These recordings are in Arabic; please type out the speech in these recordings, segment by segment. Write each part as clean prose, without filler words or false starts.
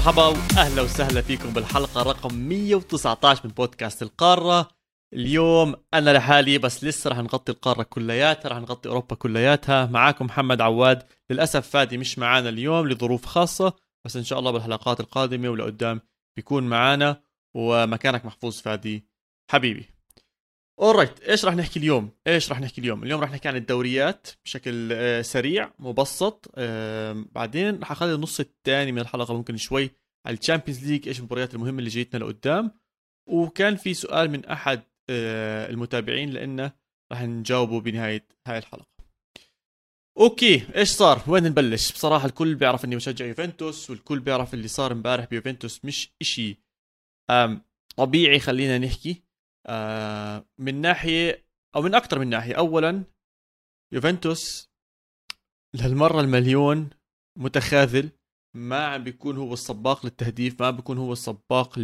مرحبا وأهلا وسهلا فيكم بالحلقة رقم 119 من بودكاست القارة. اليوم أنا لحالي بس لسه رح نغطي القارة كلياتها، رح نغطي أوروبا كلياتها. معاكم محمد عواد. للأسف فادي مش معانا اليوم لظروف خاصة، بس إن شاء الله بالحلقات القادمة ولقدام بيكون معانا، ومكانك محفوظ فادي حبيبي. alright، ايش رح نحكي اليوم؟ اليوم رح نحكي عن الدوريات بشكل سريع مبسط. بعدين رح اخذ النص الثاني من الحلقة ممكن شوي على الشامبيونز ليج، ايش المباريات المهمة اللي جيتنا لقدام. وكان في سؤال من احد المتابعين لانه رح نجاوبه بنهاية هاي الحلقة. اوكي، ايش صار؟ وين نبلش؟ بصراحة الكل بيعرف اني بشجع يوفنتوس، والكل بيعرف اللي صار امبارح بيوفنتوس مش اشي طبيعي. خلينا نحكي من ناحية أو من أكتر من ناحية. أولا يوفنتوس للمرة المليون متخاذل، ما عم بيكون هو السباق للتهديف، ما بيكون هو السباق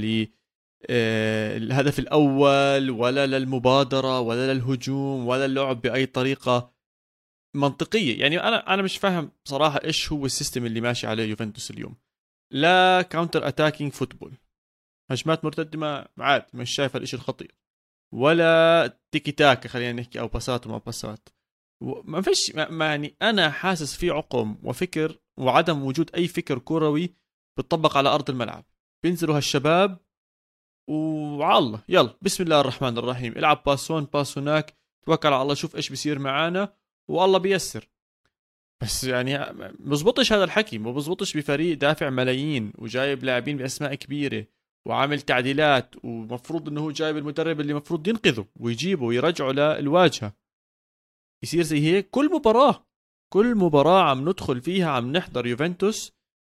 للهدف الأول ولا للمبادرة ولا للهجوم ولا اللعب بأي طريقة منطقية. يعني أنا مش فاهم صراحة إيش هو السيستم اللي ماشي عليه يوفنتوس اليوم. لا كاونتر أتاكينج فوتبول، هجمات مرتدة ما عاد مش شايف الاشي الخطير، ولا تيكي تاكا خلينا نحكي، او باسات وما باسات. ما فيش يعني انا حاسس في عقم وفكر وعدم وجود اي فكر كروي بتطبق على ارض الملعب. بينزلوا هالشباب وعالله يلا بسم الله الرحمن الرحيم، العب باسون باس هناك، توكل على الله، شوف ايش بيصير معانا والله بيسر. بس يعني بزبطش هذا الحكي، ما بزبطش بفريق دافع ملايين وجايب لاعبين باسماء كبيره وعامل تعديلات، ومفروض انه هو جايب المدرب اللي مفروض ينقذه ويجيبه ويرجعه للواجهه. يصير زي هيك كل مباراه عم ندخل فيها عم نحضر يوفنتوس.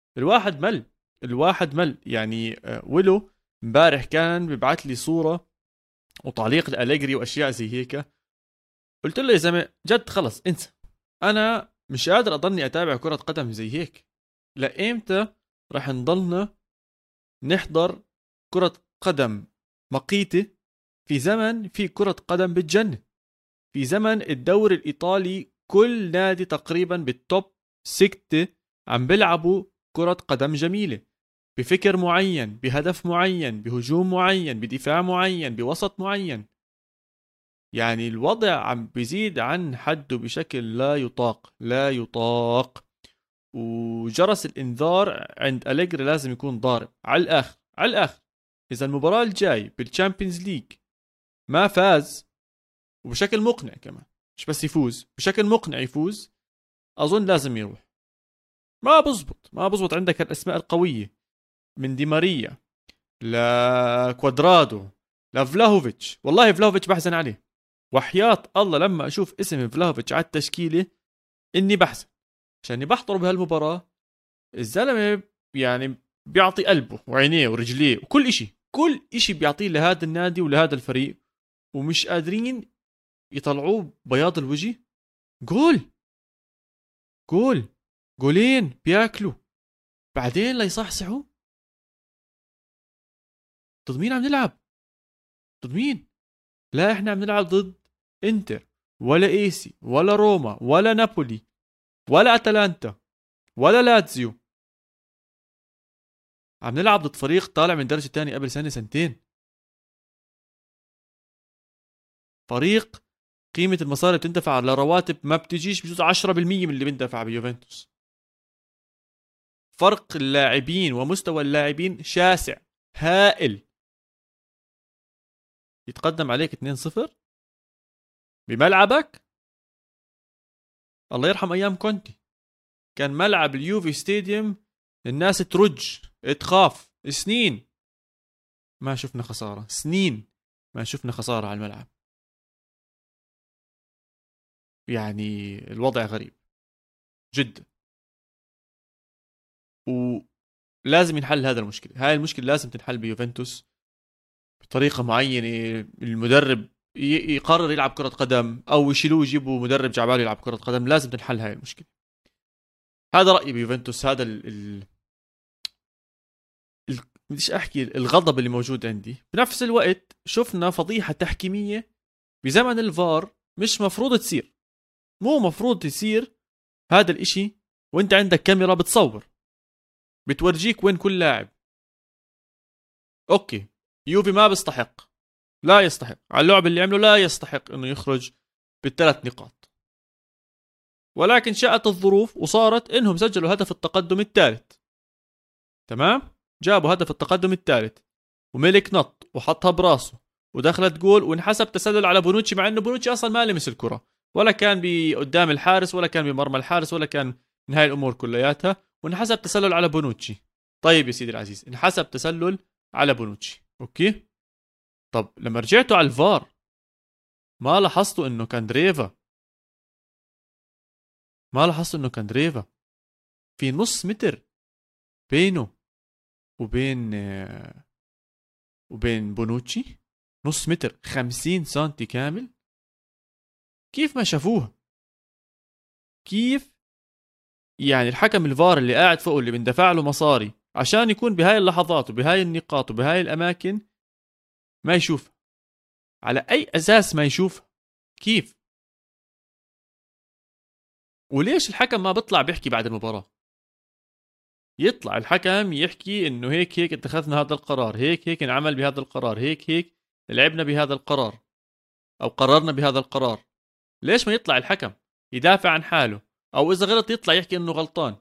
الواحد مل يعني. ويلو امبارح كان ببعث لي صوره وتعليق لأليجري واشياء زي هيك. قلت له يا زلمه جد خلص انسى، انا مش قادر اضلني اتابع كره قدم زي هيك. لايمتى راح نضلنا نحضر كرة قدم مقيتة في زمن في كرة قدم بتجنن؟ في زمن الدوري الإيطالي كل نادي تقريبا بالتوب 6 عم بيلعبوا كرة قدم جميلة، بفكر معين، بهدف معين، بهجوم معين، بدفاع معين، بوسط معين. يعني الوضع عم بيزيد عن حده بشكل لا يطاق. وجرس الانذار عند أليجري لازم يكون ضارب على الآخر. إذا المباراة الجاي بالشامبيونز ليج ما فاز وبشكل مقنع كمان، مش بس يفوز بشكل مقنع، يفوز، أظن لازم يروح. ما بزبط عندك الأسماء القوية من دي ماريا لكوادرادو لفلاهوفيتش. والله فلاهوفيتش بحزن عليه، وحياة الله لما أشوف اسم فلاهوفيتش على التشكيلة إني بحزن، عشان بحضر بهالمباراة. الزلمة يعني بيعطي قلبه وعينيه ورجليه كل إشي بيعطيه لهذا النادي ولهذا الفريق، ومش قادرين يطلعوه بياض الوجه. جولين بياكلوا بعدين لا يصحصحوا. ضد مين عم نلعب؟ ضد مين؟ لا احنا عم نلعب ضد انتر ولا ايسي ولا روما ولا نابولي ولا اتلانتا ولا لاتزيو. عم نلعب ضد فريق طالع من درجة تانية قبل سنتين. فريق قيمة المصاري بتندفع لرواتب ما بتجيش بجوز 10% من اللي بندفع بيوفنتوس. فرق اللاعبين ومستوى اللاعبين شاسع هائل. يتقدم عليك 2-0 بملعبك. الله يرحم ايام كونتي، كان ملعب اليوفي ستاديوم الناس ترج تخاف. سنين ما شفنا خسارة على الملعب. يعني الوضع غريب جدا، ولازم ينحل هذا المشكلة. هاي المشكلة لازم تنحل بيوفنتوس بطريقة معينة. المدرب يقرر يلعب كرة قدم أو يشيلوه يجيبوا مدرب جعباله يلعب كرة قدم. لازم تنحل هاي المشكلة. هذا رأيي بيوفنتوس. هذا بديش أحكي الغضب اللي موجود عندي. بنفس الوقت شفنا فضيحة تحكيمية بزمن الفار مش مفروض تصير. مو مفروض يصير هذا الاشي وانت عندك كاميرا بتصور بتورجيك وين كل لاعب. اوكي، يوفي ما بيستحق، لا يستحق على اللعب اللي عمله، لا يستحق انه يخرج بالثلاث نقاط. ولكن شاءت الظروف وصارت انهم سجلوا هدف التقدم الثالث. تمام، جابوا هدف التقدم الثالث وميلك نط وحطها براسه ودخلت جول، وانحسب تسلل على بونوتشي، مع انه بونوتشي اصلا ما لمس الكره ولا كان قدام الحارس ولا كان بمرمى الحارس ولا كان من هاي الامور كلياتها، وانحسب تسلل على بونوتشي. طيب يا سيدي العزيز، انحسب تسلل على بونوتشي، اوكي. طب لما رجعتوا على الفار ما لاحظتوا انه كاندريفا، ما لاحظتوا انه كاندريفا في نص متر بينه وبين وبين بونوتشي؟ نص متر، 50 سنتي كامل. كيف ما شافوه؟ كيف يعني الحكم الفار اللي قاعد فوق اللي بندفع له مصاري عشان يكون بهاي اللحظات وبهاي النقاط وبهاي الأماكن ما يشوف؟ على أي أساس ما يشوف؟ كيف؟ وليش الحكم ما بيطلع بيحكي بعد المباراة؟ يطلع الحكم يحكي إنه هيك هيك اتخذنا هذا القرار، هيك هيك انعمل بهذا القرار، هيك هيك لعبنا بهذا القرار أو قررنا بهذا القرار. ليش ما يطلع الحكم يدافع عن حاله، أو إذا غلط يطلع يحكي إنه غلطان؟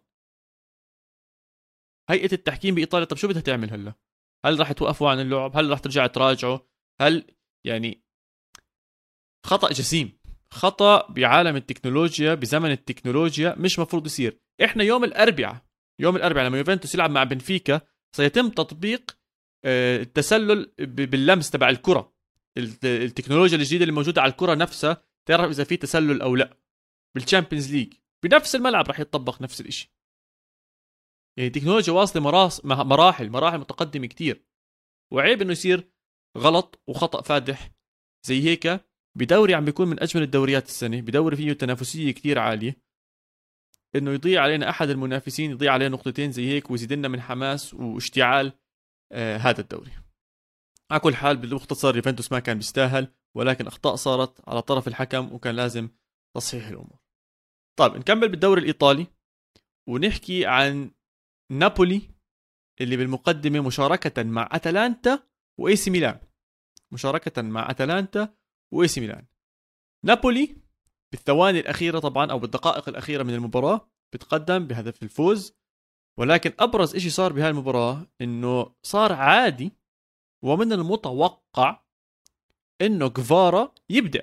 هيئة التحكيم بإيطاليا طب شو بدها تعمل هلا؟ هل راح توقفوا عن اللعب؟ هل راح ترجع تراجعوا؟ هل يعني خطأ جسيم، خطأ بعالم التكنولوجيا، بزمن التكنولوجيا مش مفروض يصير. احنا يوم الأربعاء، يوم الأربعاء لما يوفنتوس يلعب مع بنفيكا سيتم تطبيق التسلل باللمس تبع الكرة. التكنولوجيا الجديدة اللي موجودة على الكرة نفسها تعرف إذا في تسلل أو لا. بالشامبيونز ليج بنفس الملعب راح يتطبق نفس الإشي. يعني التكنولوجيا واصلة مراحل متقدمة كتير، وعيب إنه يصير غلط وخطأ فادح زي هيك بدوري عم بيكون من أجمل الدوريات السنة، بدوري فيه تنافسية كتير عالية، إنه يضيع علينا أحد المنافسين، يضيع علينا نقطتين زي هيك ويزيد لنا من حماس واشتعال هذا الدوري. على كل حال بالمختصر يوفنتوس ما كان بيستاهل، ولكن أخطاء صارت على طرف الحكم وكان لازم تصحيح الأمور. طيب نكمل بالدوري الإيطالي ونحكي عن نابولي اللي بالمقدمة مشاركة مع أتلانتا وإي سي ميلان. مشاركة مع أتلانتا وإي سي ميلان. نابولي بالثواني الأخيرة طبعا أو بالدقائق الأخيرة من المباراة بتقدم بهدف الفوز، ولكن أبرز إشي صار بهاي المباراة إنه صار عادي ومن المتوقع إنه كفارا يبدأ.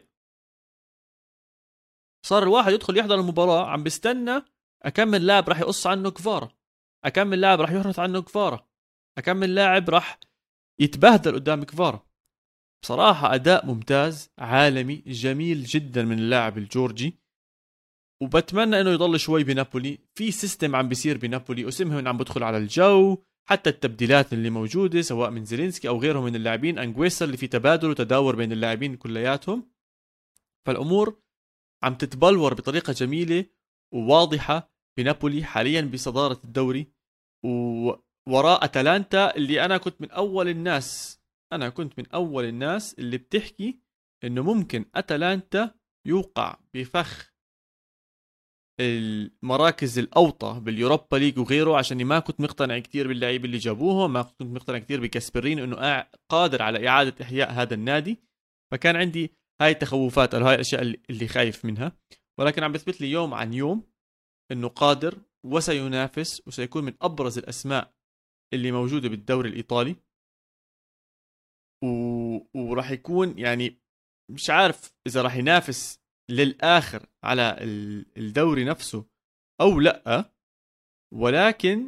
صار الواحد يدخل يحضر المباراة عم بيستنى أكمل لاعب راح يقص عنه كفارا، أكمل لاعب راح يحرث عنه كفارا، أكمل لاعب راح يتبهدل قدام كفارا. بصراحة أداء ممتاز عالمي جميل جدا من اللاعب الجورجي، وبتمنى انه يضل شوي بنابولي. في سيستم عم بيصير بنابولي اسمهم عم بدخل على الجو، حتى التبديلات اللي موجودة سواء من زيلينسكي او غيرهم من اللاعبين، انغويسا اللي في تبادل وتداور بين اللاعبين كلياتهم. فالامور عم تتبلور بطريقة جميلة وواضحة بنابولي حاليا بصدارة الدوري، ووراء أتلانتا اللي أنا كنت من أول الناس اللي بتحكي إنه ممكن أتلانتا يوقع بفخ المراكز الأوطى باليوروبا ليج وغيره، عشان ما كنت مقتنع كتير باللعيبة اللي جابوهم، ما كنت مقتنع كتير بكاسبرين إنه قادر على إعادة إحياء هذا النادي. فكان عندي هاي التخوفات أو هاي الأشياء اللي خايف منها، ولكن عم بثبت لي يوم عن يوم إنه قادر وسينافس وسيكون من أبرز الأسماء اللي موجودة بالدوري الإيطالي. وراح يكون يعني مش عارف إذا راح ينافس للآخر على الدوري نفسه أو لأ، ولكن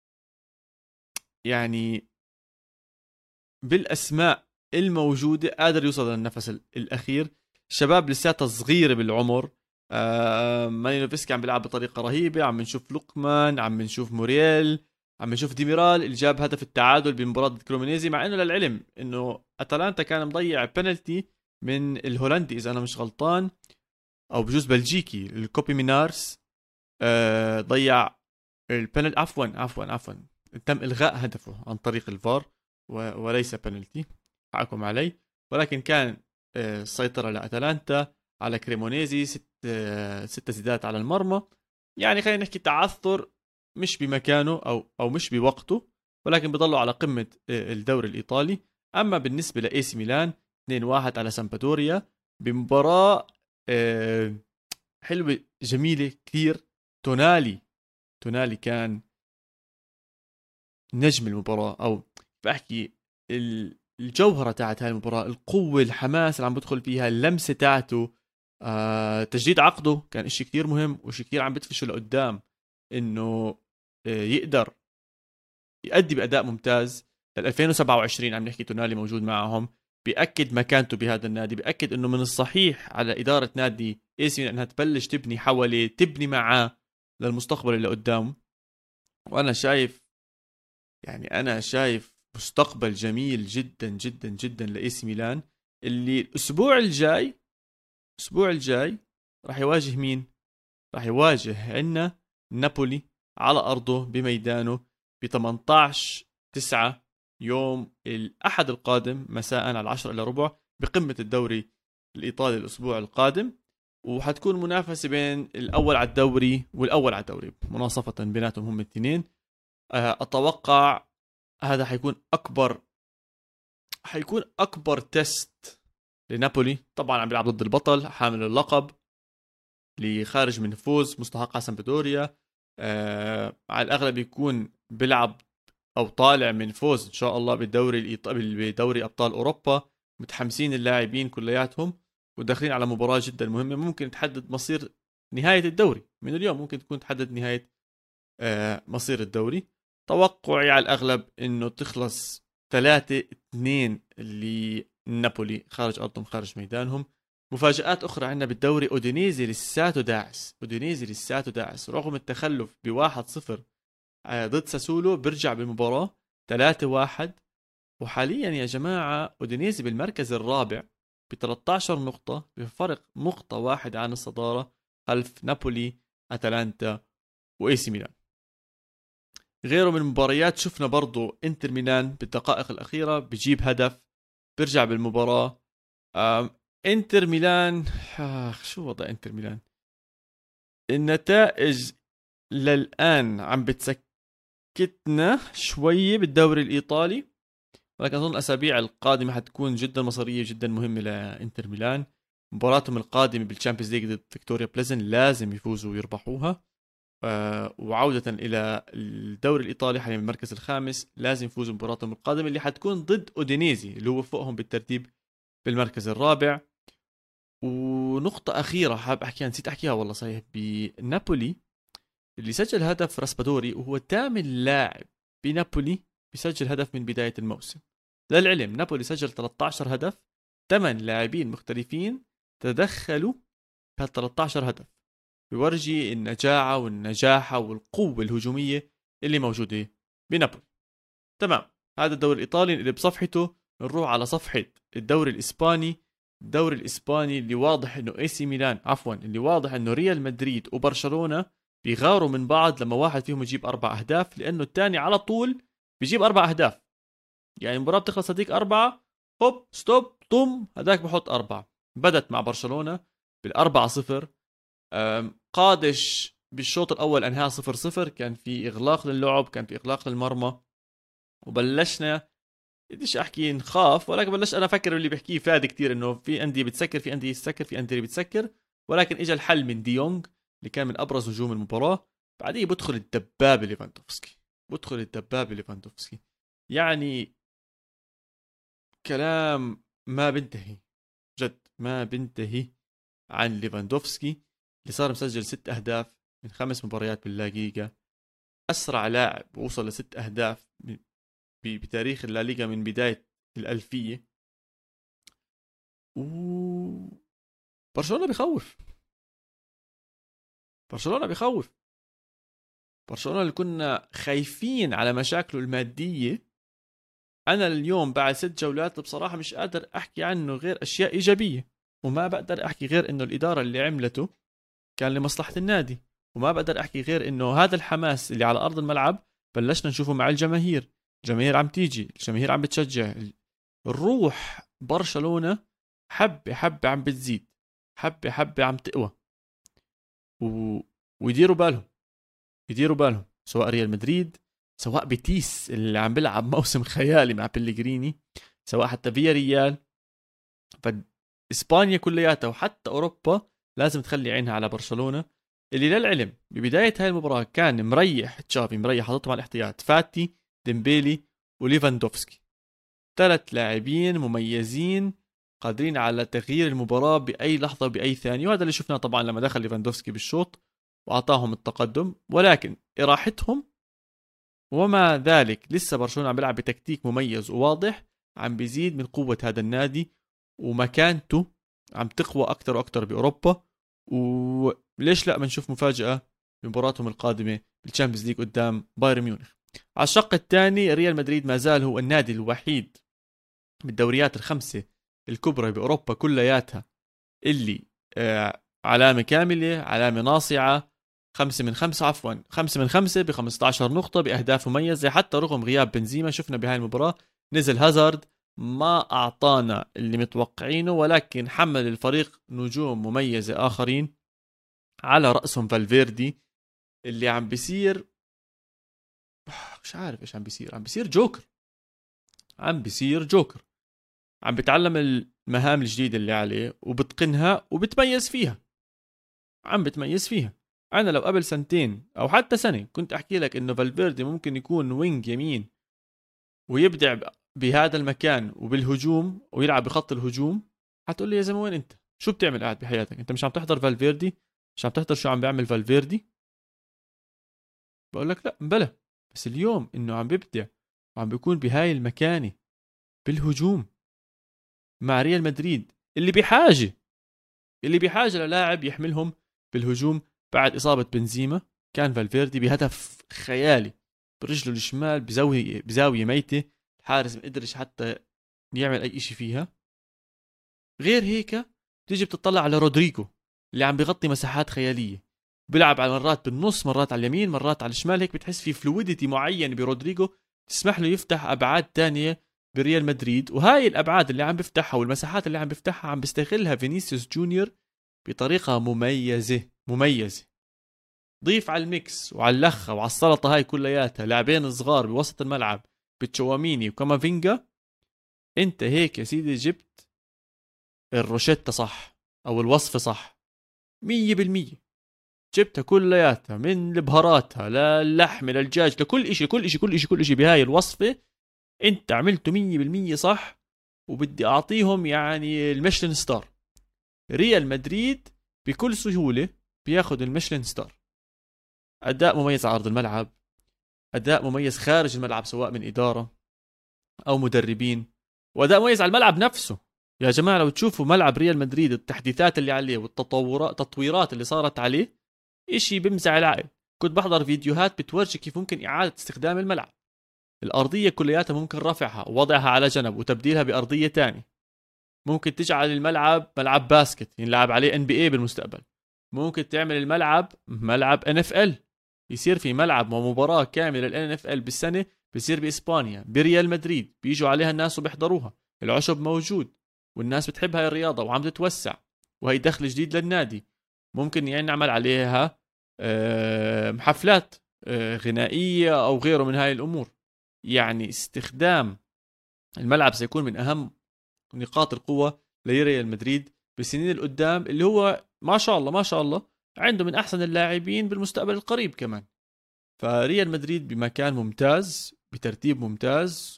يعني بالأسماء الموجودة قادر يوصل للنفس الأخير. شباب لساتها صغيرة بالعمر، مانينوفسكي عم بيلعب بطريقة رهيبة، عم نشوف لوكمان، عم نشوف موريل، عم نشوف ديميرال اللي جاب هدف التعادل بمباراة كرومينيزي، مع انه للعلم انه اتلانتا كان مضيع بنالتي من الهولندي اذا انا مش غلطان، او بجوز بلجيكي الكوبي مينارس، ضيع البنالتي. عفوا تم الغاء هدفه عن طريق الفار وليس بنالتي، حقكم علي. ولكن كان السيطرة لأتلانتا على كريمونيزي، 6 تسديدات على المرمى. يعني خلينا نحكي تعثر مش بمكانه او مش بوقته، ولكن بيضلوا على قمة الدوري الإيطالي. أما بالنسبة لإي سي ميلان 2-1 على سامبدوريا بمباراة حلوة جميلة كثير. تونالي كان نجم المباراة، أو بحكي الجوهرة تاعت هاي المباراة، القوة، الحماس اللي عم بدخل فيها، اللمسة تاعته، تجديد عقده كان إشي كتير مهم وإشي كتير عم بدفشه لقدام إنه يقدر يؤدي بأداء ممتاز. لل 2027 عم نحكي تونالي موجود معهم، بيأكد مكانته بهذا النادي، بيأكد إنه من الصحيح على إدارة نادي اي سي إنها تبلش تبني حواليه، تبني معاه للمستقبل اللي قدام. وأنا شايف، يعني أنا شايف مستقبل جميل جدا جدا جدا لإي سي ميلان، اللي الأسبوع الجاي راح يواجه مين؟ راح يواجه عنا نابولي على أرضه بميدانه ب 18/9 يوم الأحد القادم مساء على 10:15 بقمة الدوري الإيطالي الأسبوع القادم. وحتكون منافسة بين الأول على الدوري والأول على الدوري، مناصفة بيناتهم هم الاثنين. أتوقع هذا حيكون أكبر تيست لنابولي. طبعا عم بيلعب ضد البطل حامل اللقب اللي خارج من فوز مستحق على سامبدوريا. على الأغلب يكون بيلعب أو طالع من فوز إن شاء الله بالدوري بدوري أبطال أوروبا. متحمسين اللاعبين كلياتهم وداخلين على مباراة جدا مهمة، ممكن تحدد مصير نهاية الدوري. من اليوم ممكن تكون تحدد نهاية مصير الدوري. توقعي على الأغلب إنه تخلص 3-2 لنابولي خارج أرضهم خارج ميدانهم. مفاجآت أخرى عندنا بالدوري، أودينيزي لساتو داعس رغم التخلف ب1-0 ضد ساسولو برجع بالمباراة 3-1. وحاليا يا جماعة أودينيزي بالمركز الرابع ب13 نقطة، بفرق نقطة واحد عن الصدارة خلف نابولي، أتلانتا، وإي سي ميلان. غيره من المباريات شفنا برضو انتر ميلان بالدقائق الأخيرة بيجيب هدف بيرجع بالمباراة. انتر ميلان شو وضع انتر ميلان؟ النتائج للآن عم بتسكتنا شوية بالدوري الإيطالي، ولكن أظن الأسابيع القادمة حتكون جدا مصيرية جدا مهمة لإنتر ميلان. مباراتهم القادمة بالشامبيونز ليج ضد فيكتوريا بليزن لازم يفوزوا ويربحوها. وعودة إلى الدوري الإيطالي حاليا بالمركز الخامس لازم يفوزوا بمباراتهم القادمة اللي حتكون ضد أودينيزي اللي هو فوقهم بالترتيب بالمركز الرابع. ونقطة أخيرة حاب أحكيها، نسيت أحكيها والله صحيح، بنابولي اللي سجل هدف راسبادوري وهو ثامن لاعب بنابولي بيسجل هدف من بداية الموسم. للعلم نابولي سجل 13 هدف، 8 لاعبين مختلفين تدخلوا في 13 هدف، بيورجي النجاعة والنجاحة والقوة الهجومية اللي موجودة بنابولي. تمام، هذا الدوري الإيطالي اللي بصفحته. نروح على صفحة الدوري الإسباني. الدوري الإسباني اللي واضح إنه اي سي ميلان اللي واضح إنه ريال مدريد وبرشلونة بيغاروا من بعض لما واحد فيهم يجيب 4 أهداف، لأنه الثاني على طول بيجيب 4 أهداف. يعني المباراة بتخلص هديك 4 هوب ستوب طم هداك بحط 4. بدت مع برشلونة بال4-0. قادش بالشوط الأول أنهاء 0-0، كان في إغلاق للعب، كان في إغلاق للمرمى، وبلشنا بديش أحكي نخاف، ولكن بلش أنا أفكر اللي بحكيه فادي كتير، إنه في أندية بتسكر، في أندية تسكر، في أندية بتسكر. ولكن إجا الحل من ديونغ اللي كان من أبرز نجوم المباراة. بعديه بدخل الدباب ليفاندوفسكي. يعني كلام ما بنتهي، جد ما بنتهي عن ليفاندوفسكي اللي صار مسجل 6 أهداف من 5 مباريات باللاغيغا. أسرع لاعب وصل ل6 أهداف بتاريخ الليغا من بداية الألفية. برشلونة بيخوف. برشلونة اللي كنا خايفين على مشاكله المادية، أنا اليوم بعد 6 جولات بصراحة مش قادر أحكي عنه غير أشياء إيجابية، وما بقدر أحكي غير إنه الإدارة اللي عملته كان لمصلحة النادي، وما بقدر أحكي غير إنه هذا الحماس اللي على أرض الملعب بلشنا نشوفه مع الجماهير عم تيجي، الجماهير عم بتشجع، الروح برشلونة حبة حبة عم بتزيد، حبة حبة عم تقوى. ويديروا بالهم سواء ريال مدريد سواء بيتيس اللي عم بيلعب موسم خيالي مع بيليغريني، سواء حتى فيا ريال. فإسبانيا كلياتها وحتى أوروبا لازم تخلي عينها على برشلونة، اللي للعلم ببداية هاي المباراة كان مريح تشافي، مريح حاططهم على الاحتياط فاتي، ديمبيلي وليفاندوفسكي، 3 لاعبين مميزين قادرين على تغيير المباراة بأي لحظة بأي ثانية. وهذا اللي شفناه طبعا لما دخل ليفاندوفسكي بالشوط وأعطاهم التقدم. ولكن إراحتهم وما ذلك لسه برشلونة عم بيلعب بتكتيك مميز وواضح، عم بيزيد من قوة هذا النادي ومكانته عم تقوى أكتر وأكتر بأوروبا. وليش لا بنشوف مفاجأة بمباراتهم القادمة بالتشامبيونز ليج قدام بايرن ميونخ. على الشق الثاني ريال مدريد ما زال هو النادي الوحيد بالدوريات ال5 الكبرى بأوروبا كلياتها اللي علامة كاملة، علامة ناصعة، 5 من 5، عفوا 5 من 5 ب15 نقطة بأهداف مميزة. حتى رغم غياب بنزيما شفنا بهاي المباراة نزل هازارد ما أعطانا اللي متوقعينه، ولكن حمل الفريق نجوم مميزة آخرين على رأسهم فالفيردي اللي عم بيصير مش عارف إيش عم بيصير. عم بيصير جوكر، عم بيصير جوكر، عم بتعلم المهام الجديدة اللي عليه وبتقنها وبتميز فيها، عم بتميز فيها. أنا لو قبل سنتين أو حتى سنة كنت أحكي لك إنه فالفيردي ممكن يكون وينج يمين ويبدع بهذا المكان وبالهجوم ويلعب بخط الهجوم، هتقول لي يا زلمة وين أنت؟ شو بتعمل قاعد بحياتك؟ أنت مش عم تحضر فالفيردي؟ مش عم تحضر شو عم بيعمل فالفيردي؟ بقول لك لا بلا. بس اليوم إنه عم بيبدع وعم بيكون بهاي المكانة بالهجوم مع ريال مدريد اللي بحاجة للاعب يحملهم بالهجوم بعد إصابة بنزيما. كان فالفيردي بهدف خيالي برجله الشمال بزاوية ميتة، الحارس ما قدرش حتى يعمل أي إشي فيها. غير هيك تيجي بتطلع على رودريجو اللي عم بيغطي مساحات خيالية، بيلعب على مرات بالنص، مرات على اليمين، مرات على الشمال. هيك بتحس في فلويدتي معين برودريجو تسمح له يفتح أبعاد تانية بريال مدريد. وهاي الأبعاد اللي عم بيفتحها والمساحات اللي عم بيفتحها عم بيستغلها فينيسيوس جونيور بطريقة مميزة. ضيف على الميكس وعلى اللخة وعلى السلطة هاي كلياتها لاعبين صغار بوسط الملعب بتشواميني وكامافينجا، انت هيك يا سيدي جبت الروشتة صح او الوصفة صح 100%. جبتها كلياتها من البهاراتها للحم للدجاج لكل اشي كل اشي بهاي الوصفة انت عملته 100% صح. وبدي اعطيهم يعني الميشلان ستار. ريال مدريد بكل سهولة بياخد الميشلان ستار. أداء مميز على أرض الملعب، أداء مميز خارج الملعب سواء من إدارة أو مدربين، وأداء مميز على الملعب نفسه. يا جماعة لو تشوفوا ملعب ريال مدريد التحديثات اللي عليه والتطويرات اللي صارت عليه إشي بمزع العقل. كنت بحضر فيديوهات بتورجي كيف ممكن إعادة استخدام الملعب. الأرضية كلياتها ممكن رفعها ووضعها على جنب وتبديلها بأرضية تانية. ممكن تجعل الملعب ملعب باسكت ينلعب عليه NBA بالمستقبل. ممكن تعمل الملعب ملعب NFL، يصير في ملعب ومباراة كاملة للNFL بالسنة بيصير بإسبانيا بريال مدريد، بيجوا عليها الناس وبيحضروها. العشب موجود والناس بتحب هاي الرياضة وعم تتوسع وهي دخل جديد للنادي. ممكن يعني نعمل عليها حفلات غنائية أو غيره من هاي الأمور. يعني استخدام الملعب سيكون من أهم نقاط القوة لريال مدريد بالسنين القدام، اللي هو ما شاء الله عنده من أحسن اللاعبين بالمستقبل القريب كمان. فريال مدريد بمكان ممتاز بترتيب ممتاز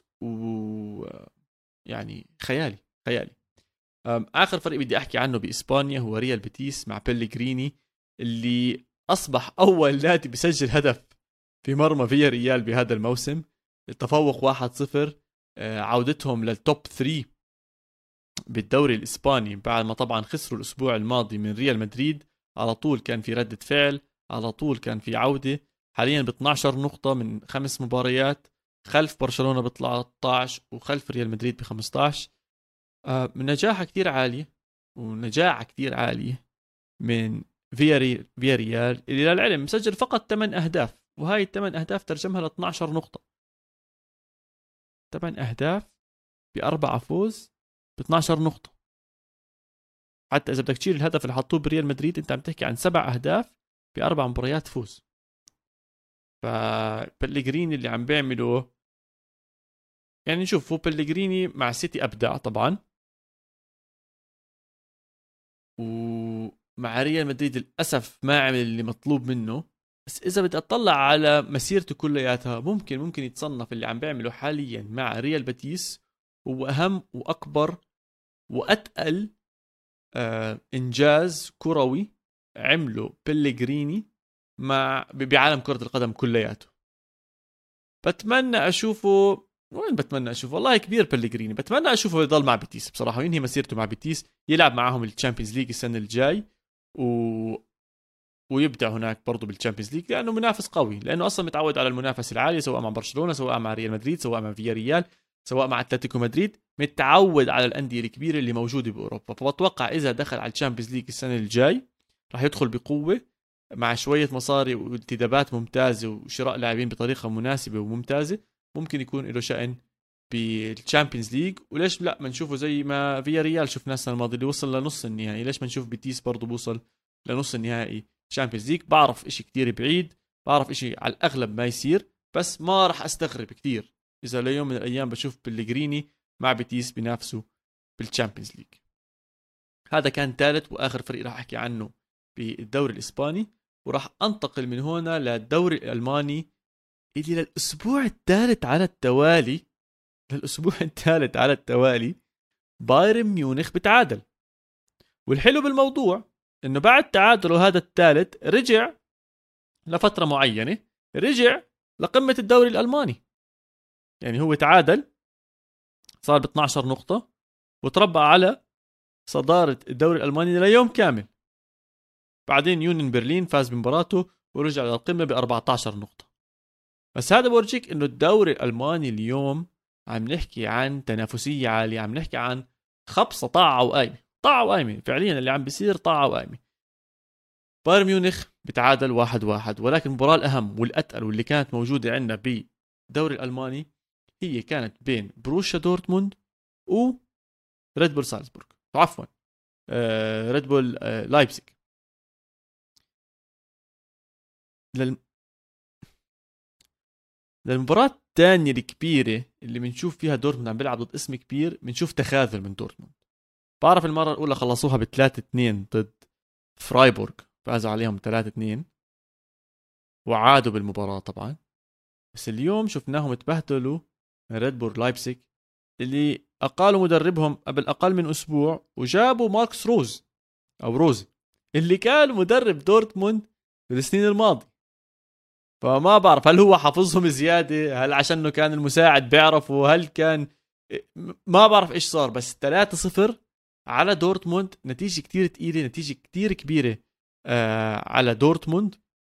يعني خيالي. آخر فريق بدي أحكي عنه بإسبانيا هو ريال بيتيس مع بيليغريني، اللي أصبح أول نادي بسجل هدف في مرمى فيا ريال بهذا الموسم. التفوق 1-0، عودتهم للتوب 3 بالدوري الإسباني بعد ما طبعا خسروا الأسبوع الماضي من ريال مدريد. على طول كان في ردة فعل، على طول كان في عودة. حاليا ب 12 نقطة من 5 مباريات، خلف برشلونة ب 13 وخلف ريال مدريد ب 15. نجاحة كتير عالية ونجاعة كتير عالية من فيا ريال اللي للعلم مسجل فقط 8 أهداف، وهاي 8 أهداف ترجمها ل 12 نقطة. 8 أهداف ب4 فوز ب 12 نقطة. حتى إذا بدك تشيل الهدف اللي حطوه بريال مدريد أنت عم تحكي عن 7 أهداف ب4 مباريات فوز. فبلغريني اللي عم بيعمله، يعني نشوف، هو بلغريني مع سيتي أبدع طبعا، ومع ريال مدريد للأسف ما عمل اللي مطلوب منه. بس إذا بدي أطلع على مسيرته كلياتها، ممكن يتصنف اللي عم بيعمله حاليا مع ريال باتيس هو أهم وأكبر وأتقل إنجاز كروي عمله بيليغريني بعالم كرة القدم كلياته. بتمنى أشوفه، وين بتمنى أشوفه، والله كبير بيليغريني، بتمنى أشوفه يضل مع بيتيس بصراحة، وينهي مسيرته مع بيتيس، يلعب معهم الشامبيونز ليج السنة الجاي ويبدع هناك برضه بالشامبيونز ليج، لأنه منافس قوي، لأنه أصلا متعود على المنافسة العالية، سواء مع برشلونة، سواء مع ريال مدريد، سواء مع فيا ريال، سواء مع اتلتيكو مدريد، متعود على الأندية الكبيرة اللي موجودة بأوروبا. فبتوقع إذا دخل على الشامبيونز ليج السنة الجاي راح يدخل بقوة، مع شوية مصاري وانتدابات ممتازة وشراء لاعبين بطريقة مناسبة وممتازة، ممكن يكون له شأن بالشامبيونز ليج. وليش لا ما نشوفه زي ما فيا ريال شفنا السنة الماضية اللي وصل لنص النهائي، ليش ما نشوف بيتيس برضه بوصل لنص النهائي شامبيونز ليج؟ بعرف اشي كتير بعيد، بعرف اشي على الاغلب ما يصير، بس ما راح استغرب كتير اذا ليوم من الايام بشوف بلغريني مع بيتيس بينافسوا بالشامبيونز ليج. هذا كان ثالث واخر فريق راح احكي عنه بالدوري الاسباني، وراح انتقل من هنا للدوري الالماني اللي للاسبوع الثالث على التوالي، للاسبوع الثالث على التوالي بايرن ميونخ بتعادل. والحلو بالموضوع انه بعد تعادله هذا الثالث رجع لفترة معينة، رجع لقمة الدوري الألماني. يعني هو تعادل، صار ب 12 نقطة، وتربع على صدارة الدوري الألماني ليوم كامل. بعدين يونين برلين فاز بمباراته ورجع للقمة ب 14 نقطة. بس هذا بورجيك انه الدوري الألماني اليوم عم نحكي عن تنافسية عالية، عم نحكي عن خبصة طاعة وقايمة، طاعة وقايمة فعليا اللي عم بيصير، طاعة وقايمة. بايرن ميونخ بتعادل 1-1، ولكن المباراة الأهم والأتقل واللي كانت موجودة عندنا بالدوري الألماني هي كانت بين بروشيا دورتموند و ريد بول سالزبورغ، عفوا ريد بول لايبزيغ. للمباراة الثانية الكبيرة اللي بنشوف فيها دورتموند عم بيلعب ضد اسم كبير، بنشوف تخاذل من دورتموند. بعرف المرة الأولى خلصوها ب3-2 ضد فرايبورغ، فازوا عليهم 3-2 وعادوا بالمباراة طبعا. بس اليوم شفناهم تبهدلوا من ريد بول لايبزيغ اللي أقالوا مدربهم قبل أقل من أسبوع، وجابوا ماركس روز أو روز اللي كان مدرب دورتموند في السنين الماضية. فما بعرف هل هو حافظهم زيادة، هل عشانه كان المساعد بيعرفه، هل كان، ما بعرف إيش صار. بس 3-0 على دورتموند نتيجة كتير تقيلة، نتيجة كتير كبيرة على دورتموند.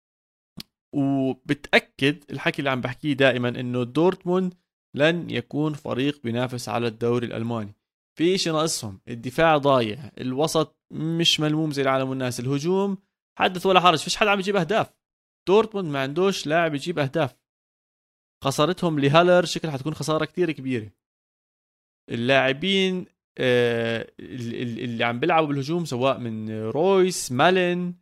وبتأكد الحكي اللي عم بحكيه دائما انه دورتموند لن يكون فريق بينافس على الدوري الألماني. في شيء ناقصهم، الدفاع ضايع، الوسط مش ملموم زي العالم والناس، الهجوم حدث ولا حرج، فيش حد عم يجيب أهداف. دورتموند ما عندوش لاعب يجيب أهداف. خسارتهم لهالر شكل حتكون خسارة كتير كبيرة. اللاعبين اللي عم بيلعبوا بالهجوم سواء من رويس، مالين،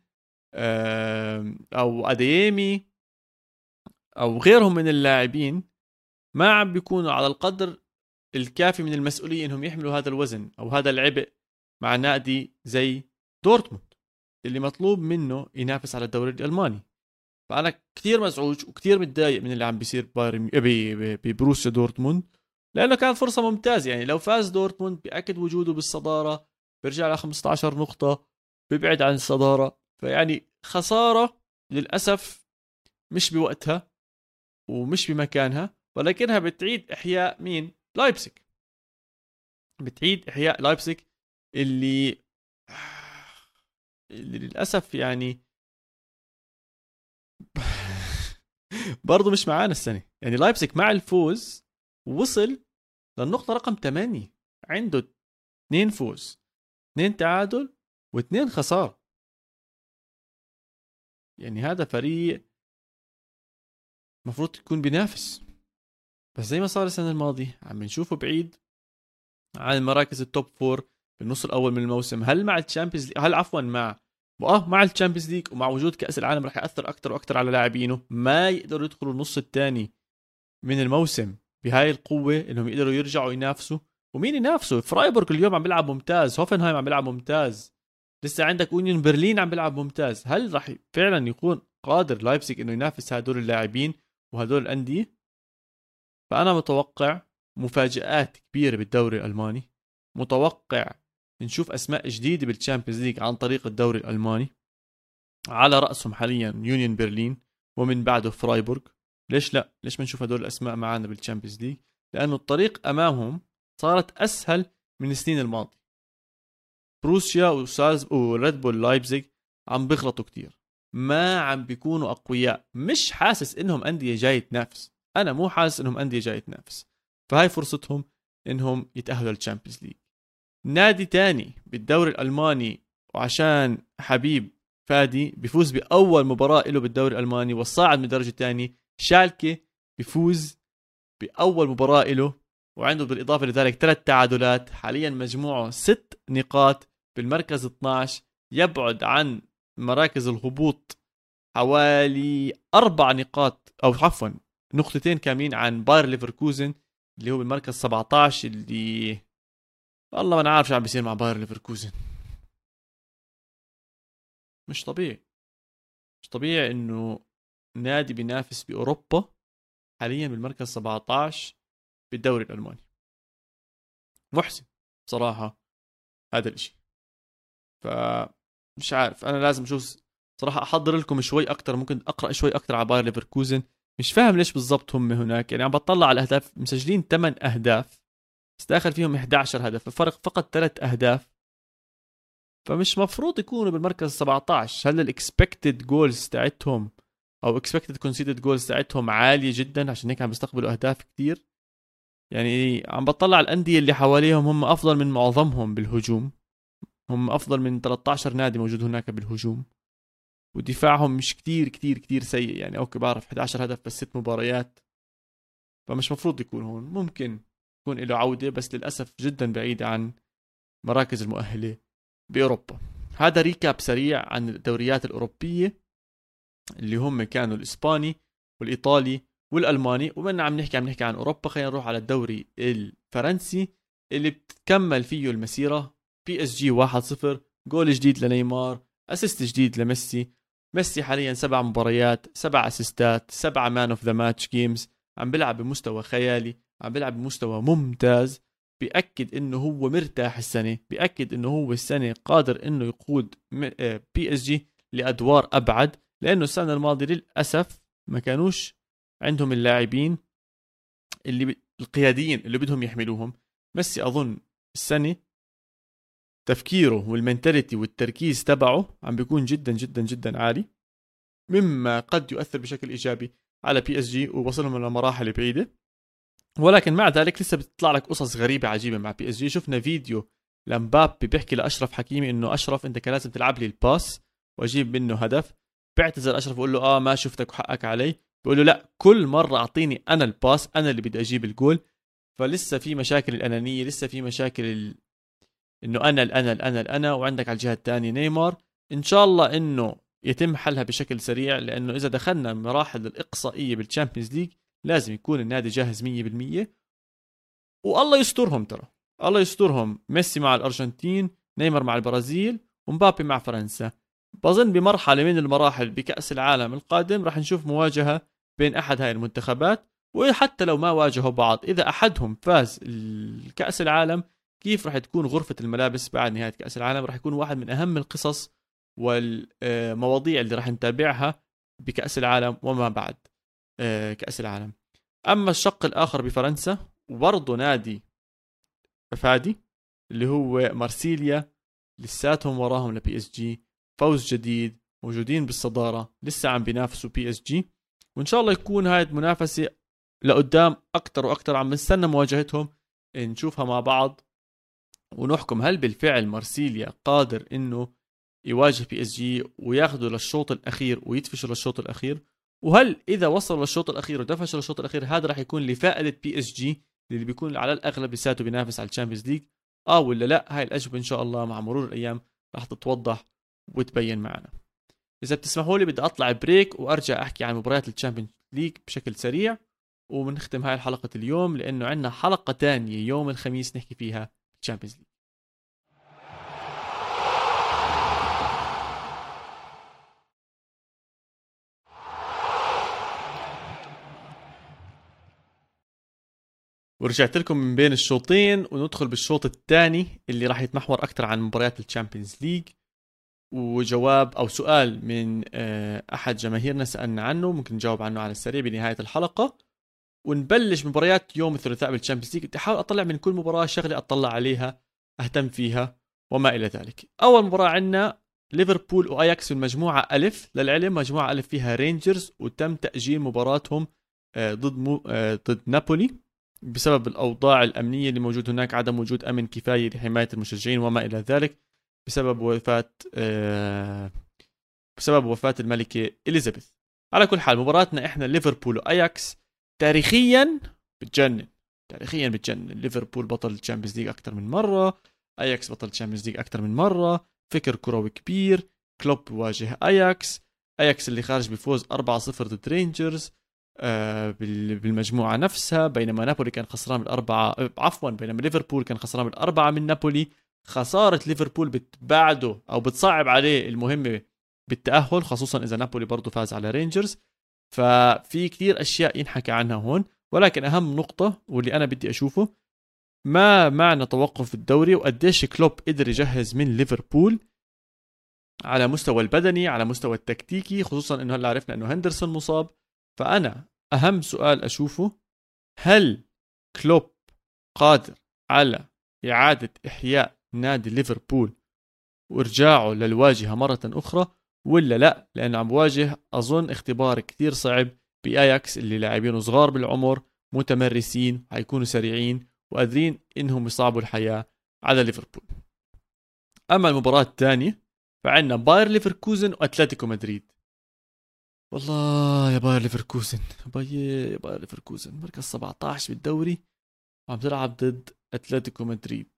أو أديمي أو غيرهم من اللاعبين، ما عم بيكونوا على القدر الكافي من المسؤولية إنهم يحملوا هذا الوزن أو هذا العبء مع نادي زي دورتموند اللي مطلوب منه ينافس على الدوري الألماني. فأنا كتير مزعوج وكتير متضايق من اللي عم بيصير ببروسيا دورتموند، لأنه كانت فرصة ممتازة. يعني لو فاز دورتموند بأكد وجوده بالصدارة، بيرجع ل 15 نقطة، بيبعد عن الصدارة. فيعني خسارة للأسف مش بوقتها ومش بمكانها، ولكنها بتعيد إحياء مين؟ لايبزيغ. بتعيد إحياء لايبزيغ اللي للأسف يعني برضو مش معانا السنة. يعني لايبزيغ مع الفوز وصل للنقطة رقم 8، عنده 2 فوز 2 تعادل و2 خسارة. يعني هذا فريق مفروض يكون بينافس، بس زي ما صار السنة الماضية عم نشوفه بعيد عن المراكز التوب 4 بالنص الأول من الموسم. هل مع الشامبيونز، هل عفوا مع مع الشامبيونز ليج ومع وجود كأس العالم راح يأثر أكتر وأكتر على لاعبينه، ما يقدروا يدخلوا النص الثاني من الموسم بهاي القوة إنهم يقدروا يرجعوا ينافسوا. ومين ينافسوا؟ فرايبورغ اليوم عم بيلعب ممتاز، هوفنهايم عم بيلعب ممتاز، لسه عندك اونيون برلين عم بيلعب ممتاز. هل راح فعلا يكون قادر لايبزيج انه ينافس هدول اللاعبين وهدول الأندية؟ فأنا متوقع مفاجآت كبيرة بالدوري الألماني، متوقع نشوف أسماء جديدة بالتشامبيونز ليج عن طريق الدوري الألماني، على رأسهم حاليا يونيون برلين ومن بعده فرايبورغ. ليش لا؟ ليش ما نشوف هدول الأسماء معانا بالتشامبيونز ليج؟ لأنه الطريق أمامهم صارت أسهل من السنين الماضية. بروسيا وريد بول لايبزيج عم بيغلطوا كتير، ما عم بيكونوا أقوياء. مش حاسس إنهم أندية جاي تنافس، أنا مو حاسس إنهم أندية جاي تنافس. فهاي فرصتهم إنهم يتأهلوا للتشامبيونز ليج. نادي تاني بالدوري الألماني، وعشان حبيب فادي بيفوز بأول مباراة له بالدوري الألماني والصاعد من الدرجة الثانية، شالكي بيفوز بأول مباراة له وعنده بالإضافة لذلك 3 تعادلات، حاليا مجموعه 6 نقاط بالمركز 12، يبعد عن مراكز الهبوط حوالي 4 نقاط أو عفوا نقطتين كاملين عن باير ليفركوزن اللي هو بالمركز 17، اللي والله ما انا عارف شو عم بيصير مع باير ليفركوزن. مش طبيعي، مش طبيعي انه نادي بينافس باوروبا حاليا بالمركز 17 بالدوري الالماني. محزن صراحه هذا الاشي. فمش عارف، انا لازم اشوف صراحه، احضر لكم شوي اكتر، ممكن اقرا شوي اكتر على باير ليفركوزن. مش فاهم ليش بالضبط هم هناك، يعني عم بطلع على الاهداف، مسجلين 8 اهداف بس داخل فيهم 11 هدف، الفرق فقط 3 اهداف. فمش مفروض يكونوا بالمركز 17. هل الاكسبكتد جولز تاعتهم او اكسبكتد كونسيدد جولز تاعتهم عاليه جدا عشان هيك عم بيستقبلوا اهداف كتير؟ يعني عم بطلع على الانديه اللي حواليهم، هم افضل من معظمهم بالهجوم، هم افضل من 13 نادي موجود هناك بالهجوم، ودفاعهم مش كتير كتير كتير سيء. يعني اوكي بعرف 11 هدف بس 6 مباريات، فمش مفروض يكون هون. ممكن يكون له عوده بس للاسف جدا بعيد عن مراكز المؤهله باوروبا. هذا ريكاب سريع عن الدوريات الاوروبيه اللي هم كانوا الاسباني والايطالي والالماني. ومن عم نحكي عن اوروبا، خلينا نروح على الدوري الفرنسي اللي بتكمل فيه المسيره. بي اس جي 1-0، جول جديد لنيمار، اسيست جديد لميسي. ميسي حاليا 7 مباريات 7 اسيستات 7 مان اوف ذا ماتش جيمز، عم بيلعب بمستوى خيالي، عم بيلعب بمستوى ممتاز. بيأكد انه هو مرتاح السنة، بيأكد انه هو السنة قادر انه يقود بي اس جي لادوار ابعد، لانه السنة الماضية للاسف ما كانوش عندهم اللاعبين القياديين اللي بدهم يحملوهم. ميسي اظن السنة تفكيره والمنتاليتي والتركيز تبعه عم بيكون جدا جدا جدا عالي، مما قد يؤثر بشكل ايجابي على بي اس جي ووصلهم لمراحل بعيدة. ولكن مع ذلك لسه بتطلع لك قصص غريبة عجيبة مع بي اس جي. شفنا فيديو لمبابي بيحكي لأشرف حكيمي انه اشرف انت كان لازم تلعب لي الباس واجيب منه هدف. بيعتذر اشرف بقول له ما شفتك وحقك علي، بقول له لا، كل مرة اعطيني انا الباس، انا اللي بدي اجيب الجول. فلسه في مشاكل الانانية، لسه في مشاكل انه انا وعندك على الجهة الثانية نيمار. ان شاء الله انه يتم حلها بشكل سريع، لانه اذا دخلنا مراحل الاقصائية بالتشامبيونز ليج لازم يكون النادي جاهز 100%. والله يسترهم، ترى الله يسترهم، ميسي مع الأرجنتين، نيمار مع البرازيل، ومبابي مع فرنسا. بظن بمرحلة من المراحل بكأس العالم القادم راح نشوف مواجهة بين أحد هاي المنتخبات. وحتى لو ما واجهوا بعض، إذا أحدهم فاز الكأس العالم، كيف راح تكون غرفة الملابس بعد نهاية كأس العالم؟ راح يكون واحد من أهم القصص والمواضيع اللي راح نتابعها بكأس العالم وما بعد كأس العالم. أما الشق الآخر بفرنسا، وبرضه نادي فادي اللي هو مارسيليا، لساتهم وراهم لبي اس جي، فوز جديد، موجودين بالصدارة، لسه عم بينافسوا بي اس جي. وإن شاء الله يكون هاي المنافسة لقدام أكتر وأكتر. عم نستنى مواجهتهم نشوفها مع بعض ونحكم هل بالفعل مارسيليا قادر إنه يواجه بي اس جي وياخذوا للشوط الأخير ويدفشوا للشوط الأخير، وهل إذا وصلوا للشوط الأخير ودفشوا للشوط الأخير هذا راح يكون لفائدة بي اس جي اللي بيكون على الأغلب لساته بينافس على الشامبيونز ليج، ولا لا؟ هاي الأجوبة إن شاء الله مع مرور الأيام راح تتوضح وتبين معنا. إذا بتسمحوا لي بدي أطلع بريك وأرجع أحكي عن مباريات الشامبيونز ليج بشكل سريع، وبنختم هاي الحلقة اليوم لأنه عندنا حلقة تانية يوم الخميس نحكي فيها الشامبيونز ليج. ورجعت لكم من بين الشوطين وندخل بالشوط الثاني اللي راح يتمحور أكثر عن مباريات الشامبيونز ليج، وجواب أو سؤال من أحد جماهيرنا سألنا عنه، ممكن نجاوب عنه على السريع بنهاية الحلقة. ونبلش مباريات يوم الثلاثاء بالشامبيونز ليج. بدي احاول اطلع من كل مباراه شغله اطلع عليها اهتم فيها وما الى ذلك. اول مباراه عندنا ليفربول واياكس في المجموعه الف. للعلم مجموعه الف فيها رينجرز، وتم تاجيل مباراتهم ضد نابولي بسبب الاوضاع الامنيه اللي موجود هناك، عدم وجود امن كفايه لحمايه المشجعين وما الى ذلك بسبب وفاه الملكه إليزابيث. على كل حال مباراتنا احنا ليفربول واياكس تاريخيا بتجنن. ليفربول بطل الشامبيونز ليج اكثر من مره، اياكس بطل الشامبيونز ليج اكثر من مره، فكر كروي كبير. كلوب بواجه اياكس اللي خارج بفوز 4-0 ضد رينجرز بالمجموعه نفسها، بينما نابولي كان خسران بينما ليفربول كان خسران بالاربعه من نابولي. خساره ليفربول بتبعده او بتصعب عليه المهمه بالتاهل، خصوصا اذا نابولي برضه فاز على رينجرز. ففي كثير أشياء ينحكى عنها هون، ولكن أهم نقطة واللي أنا بدي أشوفه ما معنى توقف الدوري، وقديش كلوب قدر يجهز من ليفربول على مستوى البدني، على مستوى التكتيكي، خصوصا أنه هلا عرفنا أنه هندرسون مصاب. فأنا أهم سؤال أشوفه، هل كلوب قادر على إعادة إحياء نادي ليفربول وإرجاعه للواجهة مرة أخرى ولا لا؟ لأنه عم بواجه أظن اختبار كثير صعب بأياكس اللي لاعبين صغار بالعمر متمرسين، حيكونوا سريعين وقادرين إنهم يصعبوا الحياة على ليفربول. أما المباراة الثانية فعندنا باير ليفركوزن وأتلتيكو مدريد. والله يا باير ليفركوزن مركز 17 بالدوري وعم تلعب ضد أتلتيكو مدريد.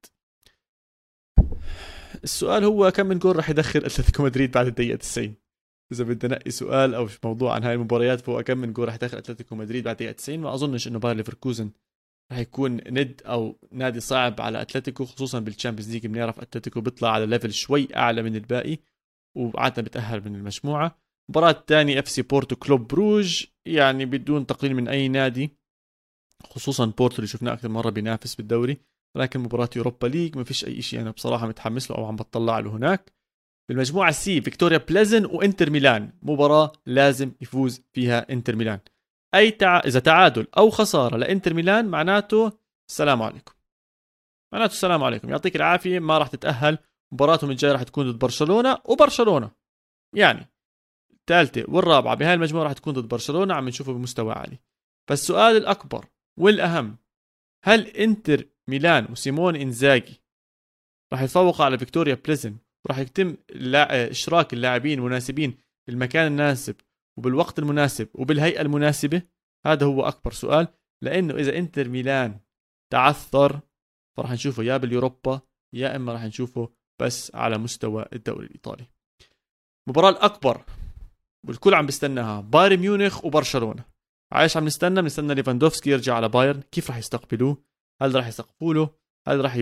السؤال هو كم من جول راح يدخل أتلتيكو مدريد بعد الدقيقة 90؟ إذا بدنا نقي سؤال أو موضوع عن هاي المباريات فهو كم من جول راح يدخل أتلتيكو مدريد بعد الدقيقة 90. ما أظنش إنه باير ليفركوزن راح يكون ند أو نادي صعب على أتلتيكو، خصوصا بالتشامبيونز ليج بنعرف أتلتيكو بيطلع على ليفل شوي أعلى من الباقي وعادة بتأهل من المجموعة. مباراة الثانية اف سي بورتو كلوب بروج، يعني بدون تقليل من أي نادي، خصوصا بورتو اللي شفناه أكثر مرة بينافس بالدوري، ولكن مباراة يوروبا ليج ما فيش أي شيء أنا بصراحة متحمس له أو عم بطلع له هناك. بالمجموعة سي فيكتوريا بلازن وإنتر ميلان، مباراة لازم يفوز فيها إنتر ميلان. إذا تعادل أو خسارة لإنتر ميلان معناته السلام عليكم، يعطيك العافية، ما راح تتأهل. مباراتهم الجاية راح تكون ضد برشلونة يعني الثالثة والرابعة بهاي المجموعة راح تكون ضد برشلونة، عم نشوفه بمستوى عالي. فالسؤال الأكبر والأهم، هل إنتر ميلان وسيمون إنزاغي راح يتفوق على فيكتوريا بلازن وراح يتم إشراك اللاعبين المناسبين بالمكان المناسب وبالوقت المناسب وبالهيئة المناسبة؟ هذا هو أكبر سؤال، لأنه إذا إنتر ميلان تعثر فراح نشوفه يا باليوروبا يا إما راح نشوفه بس على مستوى الدوري الإيطالي. المباراة الأكبر والكل عم بيستناها بايرن ميونخ وبرشلونة. عايش عم نستنى ليفاندوفسكي يرجع على بايرن، كيف راح يستقبلوه؟ هل راح يسقفوا له؟ هل راح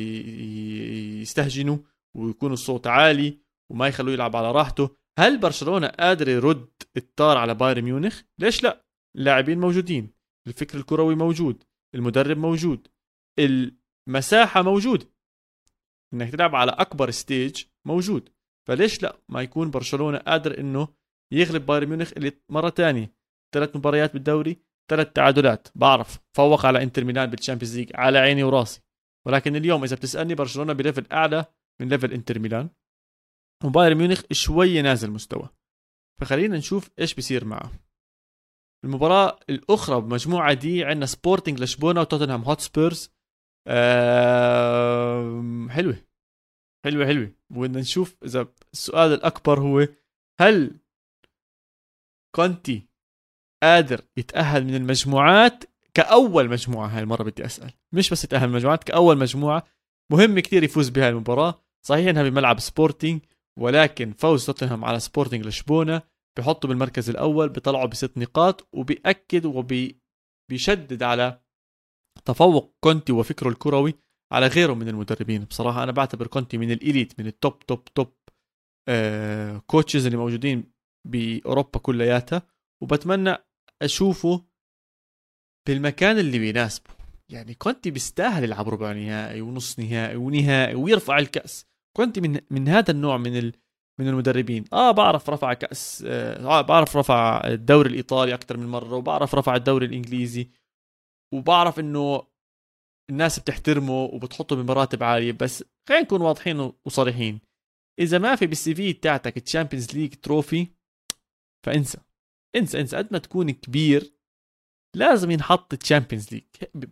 يستهجنوا ويكون الصوت عالي وما يخلوه يلعب على راحته؟ هل برشلونة قادر يرد الطار على بايرن ميونخ؟ ليش لا؟ اللاعبين موجودين، الفكر الكروي موجود، المدرب موجود، المساحة موجود، انك تلعب على اكبر ستيج موجود. فليش لا ما يكون برشلونة قادر انه يغلب بايرن ميونخ اللي مرة تانية 3 مباريات بالدوري 3 تعادلات. بعرف فوق على انتر ميلان بالتشامبيونز ليج على عيني وراسي، ولكن اليوم اذا بتسألني برشلونة بليفل اعلى من ليفل انتر ميلان، وبايرن ميونخ شوية نازل مستوى. فخلينا نشوف ايش بيصير معه. المباراة الاخرى بمجموعة دي عندنا سبورتينج لشبونة وتوتنهام هوتسبيرز. حلوة بدنا نشوف. إذا السؤال الأكبر هو هل كونتي قادر يتأهل من المجموعات كأول مجموعة؟ هاي المرة بدي أسأل، مش بس يتأهل من المجموعات، كأول مجموعة. مهم كتير يفوز بها المباراة، صحيح إنها بملعب سبورتينج ولكن فوز توتنهام على سبورتنج لشبونة بحطه بالمركز الأول، بيطلعوا ب6 نقاط، وبيأكد وبيشدد على تفوق كونتي وفكره الكروي على غيره من المدربين. بصراحة أنا بعتبر كونتي من الإليت، من التوب توب توب كوتشز اللي موجودين بأوروبا كلياتها، وبتمنى أشوفه بالمكان اللي بيناسبه. يعني كونتي بيستاهل يلعب ربع نهائي ونص نهائي ونهائي ويرفع الكأس. كونتي من هذا النوع من المدربين. بعرف رفع كأس، بعرف رفع الدوري الإيطالي أكتر من مرة، وبعرف رفع الدوري الإنجليزي، وبعرف إنه الناس بتحترمه وبتحطه بمراتب عالية. بس خلينا نكون واضحين وصريحين، إذا ما في بالسي في تاعتك الشامبيونز ليج تروفي فانسى انسى انسى. قد ما تكون كبير لازم ينحط الشامبيونز ليج،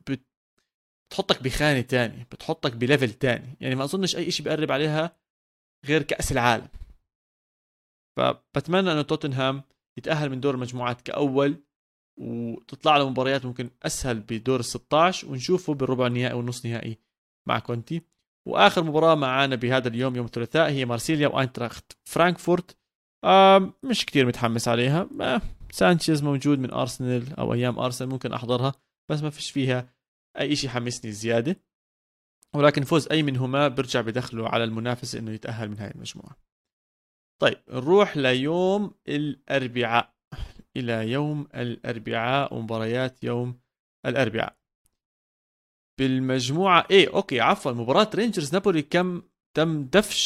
بتحطك بخانة تاني، بتحطك بليفل تاني. يعني ما أظنش أي إشي بيقرب عليها غير كأس العالم. فبتمنى أنه توتنهام يتأهل من دور المجموعات كأول، وتطلع له مباريات ممكن أسهل بدور ال16، ونشوفه بالربع النهائي والنص نهائي مع كونتي. وآخر مباراة معانا بهذا اليوم يوم الثلاثاء هي مارسيليا وأينتراخت فرانكفورت. مش كتير متحمس عليها. سانشيز موجود من أرسنال أو أيام أرسنال، ممكن أحضرها، بس ما فيش فيها أي شيء حمسني زيادة. ولكن فوز أي منهما برجع بدخله على المنافس إنه يتأهل من هاي المجموعة. طيب نروح ليوم الأربعاء، إلى يوم الأربعاء ومباريات يوم الأربعاء بالمجموعة أوكي عفوا، مباراة رينجرز نابولي تم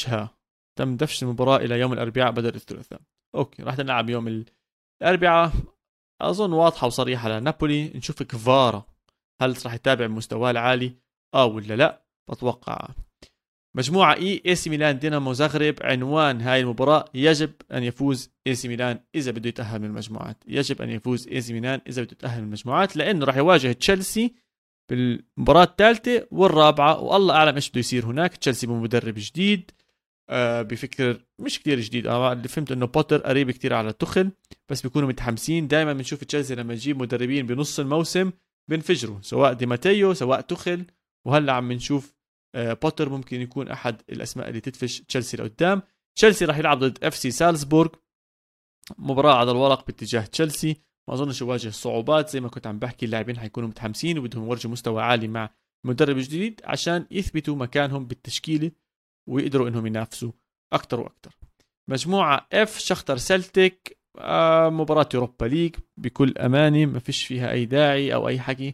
دفش المباراة إلى يوم الأربعاء بدل الثلاثاء. أوكي راح نلعب يوم الأربعاء. أظن واضحة وصريحة لنابولي. نشوف كفارة هل راح يتابع مستواه العالي ولا لا. بتوقع مجموعة اي سي ميلان دينامو زغرب. عنوان هاي المباراة يجب أن يفوز اي سي ميلان إذا بده يتأهل من المجموعات. يجب أن يفوز اي سي ميلان إذا بده يتأهل من المجموعات، لأنه راح يواجه تشيلسي بالمباراة الثالثة والرابعة، والله أعلم إيش بده يصير هناك. تشيلسي بمدرب جديد، بفكر مش كتير جديد. اللي فهمت إنه بوتر قريب كتير على تخل، بس بيكونوا متحمسين. دائما بنشوف تشيلسي لما يجيب مدربين بنص الموسم بنفجروا، سواء دي ماتيو سواء تخل، وهلا عم نشوف بوتر ممكن يكون أحد الأسماء اللي تدفش تشيلسي لقدام. تشيلسي راح يلعب ضد اف سي سالزبورغ، مباراة على الورق باتجاه تشيلسي. ما أظنش يواجه صعوبات. زي ما كنت عم بحكي اللاعبين حيكونوا متحمسين وبدهم يورجوا مستوى عالي مع مدرب جديد عشان يثبتوا مكانهم بالتشكيلة ويقدروا إنهم ينافسوا أكتر وأكتر. مجموعة اف شختر سلتيك، مباراة يوروبا ليج بكل أمانة، ما فيش فيها أي داعي أو أي حكي.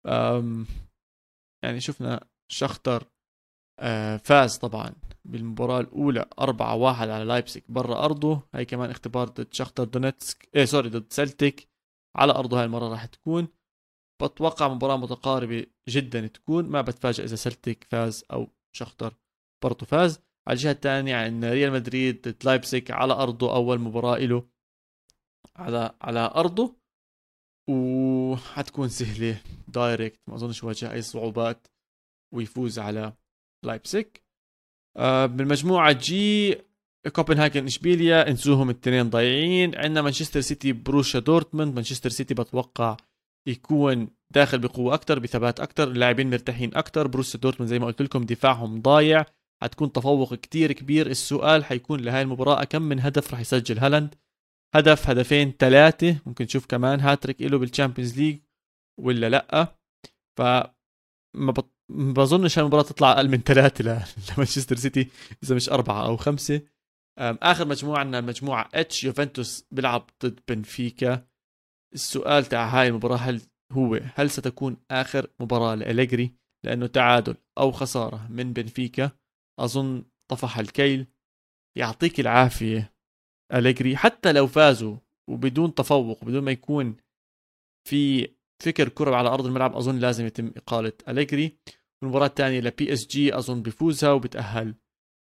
يعني شفنا شختر فاز طبعا بالمباراة الأولى 4-1 على لايبسك برا أرضه. هاي كمان اختبار ضد شختر دونيتسك ضد سلتيك على أرضه. هاي المرة راح تكون، بتوقع مباراة متقاربة جدا تكون. ما بتفاجئ إذا سلتيك فاز أو شختر برضه فاز. على الجهة الثانية عندنا ريال مدريد ضد لايبسك على أرضه، أول مباراة له على أرضه، وحتكون سهلة دايركت. ما أظنش واجه أي صعوبات ويفوز على لايبسك. بالمجموعة جي كوبنهاجن إشبيليا، انسوهم التنين ضايعين. عندنا مانشستر سيتي بروشا دورتموند. مانشستر سيتي بتوقع يكون داخل بقوة أكتر، بثبات أكتر، اللاعبين مرتاحين أكتر. بروسيا دورتموند زي ما قلت لكم دفاعهم ضايع، هتكون تفوق كتير كبير. السؤال حيكون لهاي المباراة كم من هدف رح يسجل هالاند؟ هدف، هدفين، 3، ممكن نشوف كمان هاتريك إله بالشامبيونز ليج ولا لأ. ما بظنش هالمباراة تطلع أقل من 3 لمانشستر سيتي، إذا مش 4 أو 5. آخر مجموعة عندنا المجموعة اتش، يوفنتوس بيلعب ضد بنفيكا. السؤال تاع هاي المباراة هل ستكون آخر مباراة لأليجري؟ لأنه تعادل أو خسارة من بنفيكا أظن طفح الكيل. يعطيك العافية أليجري، حتى لو فازوا وبدون تفوق، بدون ما يكون في فكر كرة على أرض الملعب، أظن لازم يتم إقالة أليجري. والمباراة الثانية لبي اس جي أظن بيفوزها وبتأهل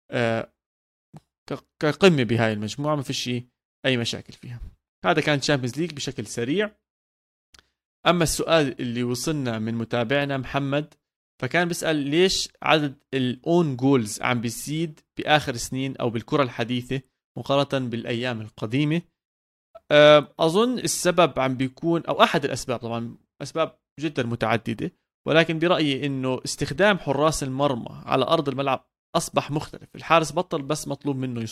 كقمة بهاي المجموعة، ما فيش أي مشاكل فيها. هذا كان تشامبيونز ليج بشكل سريع. أما السؤال اللي وصلنا من متابعنا محمد، فكان بيسأل ليش عدد الأون جولز عم بيزيد بآخر سنين أو بالكرة الحديثة مقارنة بالأيام القديمة. أظن السبب عم بيكون، أو أحد الأسباب، طبعا أسباب جدا متعددة، ولكن برأيي إنه استخدام حراس المرمى على أرض الملعب أصبح مختلف. الحارس بطل بس مطلوب منه يصد،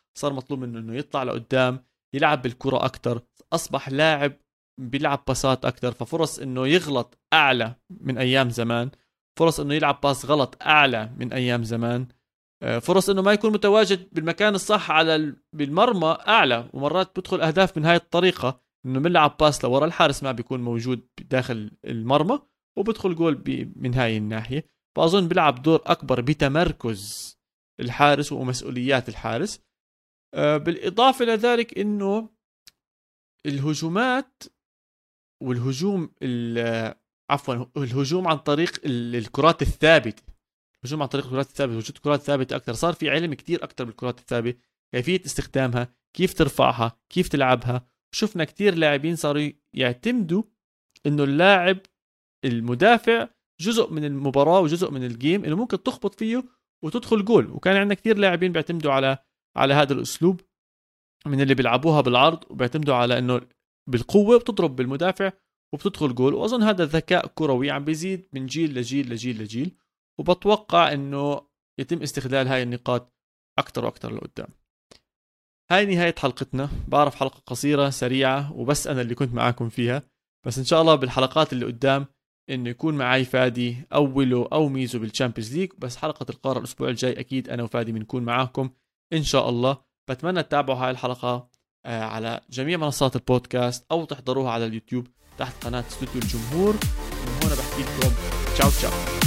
صار مطلوب منه انه يطلع لقدام، يلعب بالكرة اكتر، اصبح لاعب بيلعب باسات اكتر، ففرص انه يغلط اعلى من ايام زمان، فرص انه يلعب باس غلط اعلى من ايام زمان، فرص انه ما يكون متواجد بالمكان الصح بالمرمى اعلى، ومرات بدخل اهداف من هاي الطريقة، انه بنلعب باس لورا الحارس ما بيكون موجود داخل المرمى وبدخل جول من هاي الناحية. فاظن بيلعب دور اكبر بتمركز الحارس ومسؤوليات الحارس. بالاضافة الى ذلك انه الهجومات والهجوم عفوا الهجوم عن طريق الكرات الثابتة، الهجوم عن طريق الكرات الثابتة، وجود كرات ثابتة أكثر، صار في علم كتير أكثر بالكرات الثابتة، كيفية استخدامها، كيف ترفعها، كيف تلعبها. شفنا كتير لاعبين صاروا يعتمدوا إنه اللاعب المدافع جزء من المباراة وجزء من الجيم، إنه ممكن تخبط فيه وتدخل جول. وكان عندنا كتير لاعبين بيعتمدوا على هذا الأسلوب من اللي بيلعبوها بالعرض، وبيعتمدوا على إنه بالقوة بتضرب بالمدافع وبتدخل جول. وأظن هذا الذكاء كروي عم بيزيد من جيل لجيل لجيل لجيل، وبتوقع انه يتم استغلال هاي النقاط اكتر واكتر لقدام. هاي نهاية حلقتنا، بعرف حلقة قصيرة سريعة وبس انا اللي كنت معاكم فيها، بس ان شاء الله بالحلقات اللي قدام انه يكون معي فادي او ويلو او ميزو بالشامبيونز ليج. بس حلقة القارة الاسبوع الجاي اكيد انا وفادي بنكون معاكم ان شاء الله. بتمنى تتابعوا هاي الحلقة على جميع منصات البودكاست او تحضروها على اليوتيوب تحت قناة استوديو الجمهور. ومن هنا بحكي لكم تشاو تشاو.